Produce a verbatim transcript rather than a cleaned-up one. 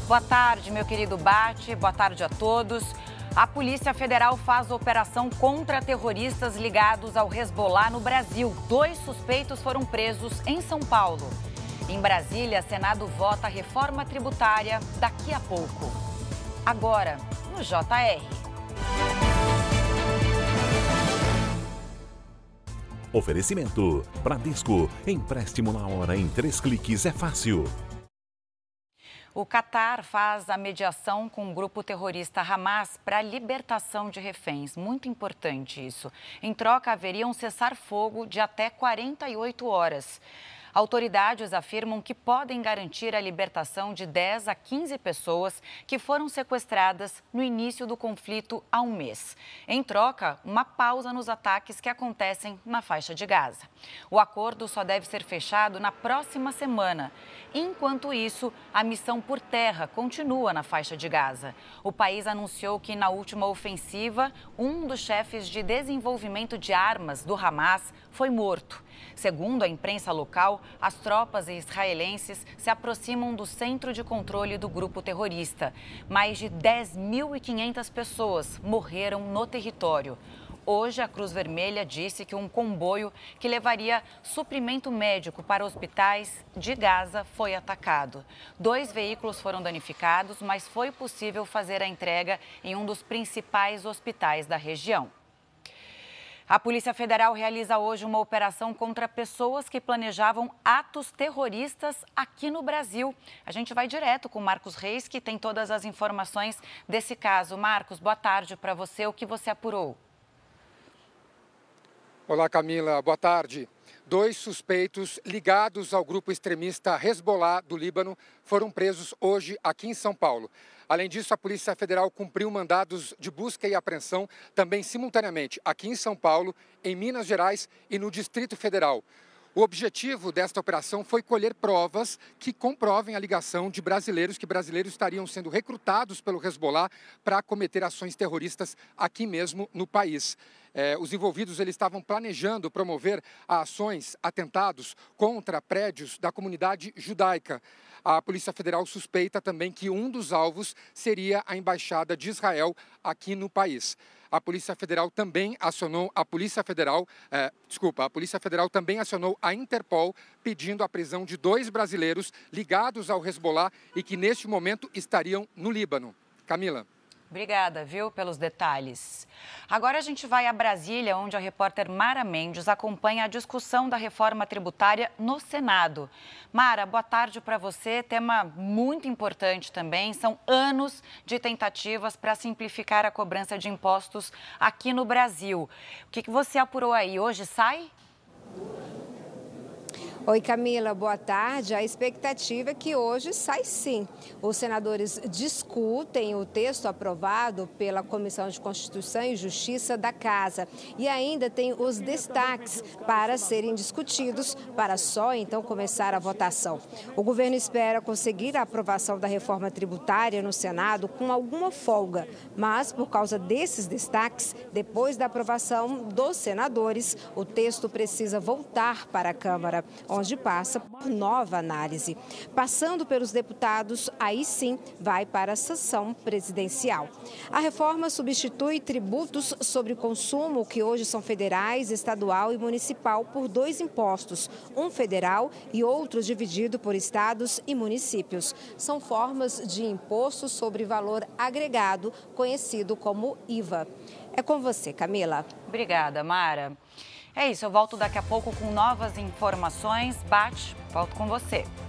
Boa tarde, meu querido Bate. Boa tarde a todos. A Polícia Federal faz operação contra terroristas ligados ao Hezbollah no Brasil. Dois suspeitos foram presos em São Paulo. Em Brasília, Senado vota a reforma tributária daqui a pouco. Agora, no J R. Oferecimento: Bradesco. Empréstimo na hora em três cliques é fácil. O Catar faz a mediação com o grupo terrorista Hamas para a libertação de reféns. Muito importante isso. Em troca, haveria um cessar-fogo de até quarenta e oito horas. Autoridades afirmam que podem garantir a libertação de dez a quinze pessoas que foram sequestradas no início do conflito há um mês. Em troca, uma pausa nos ataques que acontecem na faixa de Gaza. O acordo só deve ser fechado na próxima semana. Enquanto isso, a missão por terra continua na faixa de Gaza. O país anunciou que na última ofensiva, um dos chefes de desenvolvimento de armas do Hamas foi morto. Segundo a imprensa local, as tropas israelenses se aproximam do centro de controle do grupo terrorista. Mais de dez mil e quinhentas pessoas morreram no território. Hoje, a Cruz Vermelha disse que um comboio que levaria suprimento médico para hospitais de Gaza foi atacado. Dois veículos foram danificados, mas foi possível fazer a entrega em um dos principais hospitais da região. A Polícia Federal realiza hoje uma operação contra pessoas que planejavam atos terroristas aqui no Brasil. A gente vai direto com o Marcos Reis, que tem todas as informações desse caso. Marcos, boa tarde para você. O que você apurou? Olá, Camila. Boa tarde. Dois suspeitos ligados ao grupo extremista Hezbollah do Líbano foram presos hoje aqui em São Paulo. Além disso, a Polícia Federal cumpriu mandados de busca e apreensão também simultaneamente aqui em São Paulo, em Minas Gerais e no Distrito Federal. O objetivo desta operação foi colher provas que comprovem a ligação de brasileiros, que brasileiros estariam sendo recrutados pelo Hezbollah para cometer ações terroristas aqui mesmo no país. É, os envolvidos eles estavam planejando promover ações, atentados contra prédios da comunidade judaica. A Polícia Federal suspeita também que um dos alvos seria a Embaixada de Israel aqui no país. A Polícia Federal também acionou a Polícia Federal, eh, desculpa, a Polícia Federal também acionou a Interpol pedindo a prisão de dois brasileiros ligados ao Hezbollah e que neste momento estariam no Líbano. Camila. Obrigada, viu, pelos detalhes. Agora a gente vai a Brasília, onde a repórter Mara Mendes acompanha a discussão da reforma tributária no Senado. Mara, boa tarde para você. Tema muito importante também. São anos de tentativas para simplificar a cobrança de impostos aqui no Brasil. O que, que você apurou aí? Hoje sai? Oi, Camila, boa tarde. A expectativa é que hoje sai sim. Os senadores discutem o texto aprovado pela Comissão de Constituição e Justiça da Casa. E ainda tem os destaques para serem discutidos, para só então começar a votação. O governo espera conseguir a aprovação da reforma tributária no Senado com alguma folga. Mas, por causa desses destaques, depois da aprovação dos senadores, o texto precisa voltar para a Câmara, onde passa por nova análise. Passando pelos deputados, aí sim vai para a sanção presidencial. A reforma substitui tributos sobre consumo, que hoje são federais, estadual e municipal, por dois impostos, um federal e outro dividido por estados e municípios. São formas de imposto sobre valor agregado, conhecido como I V A. É com você, Camila. Obrigada, Mara. É isso, eu volto daqui a pouco com novas informações. Bate, volto com você.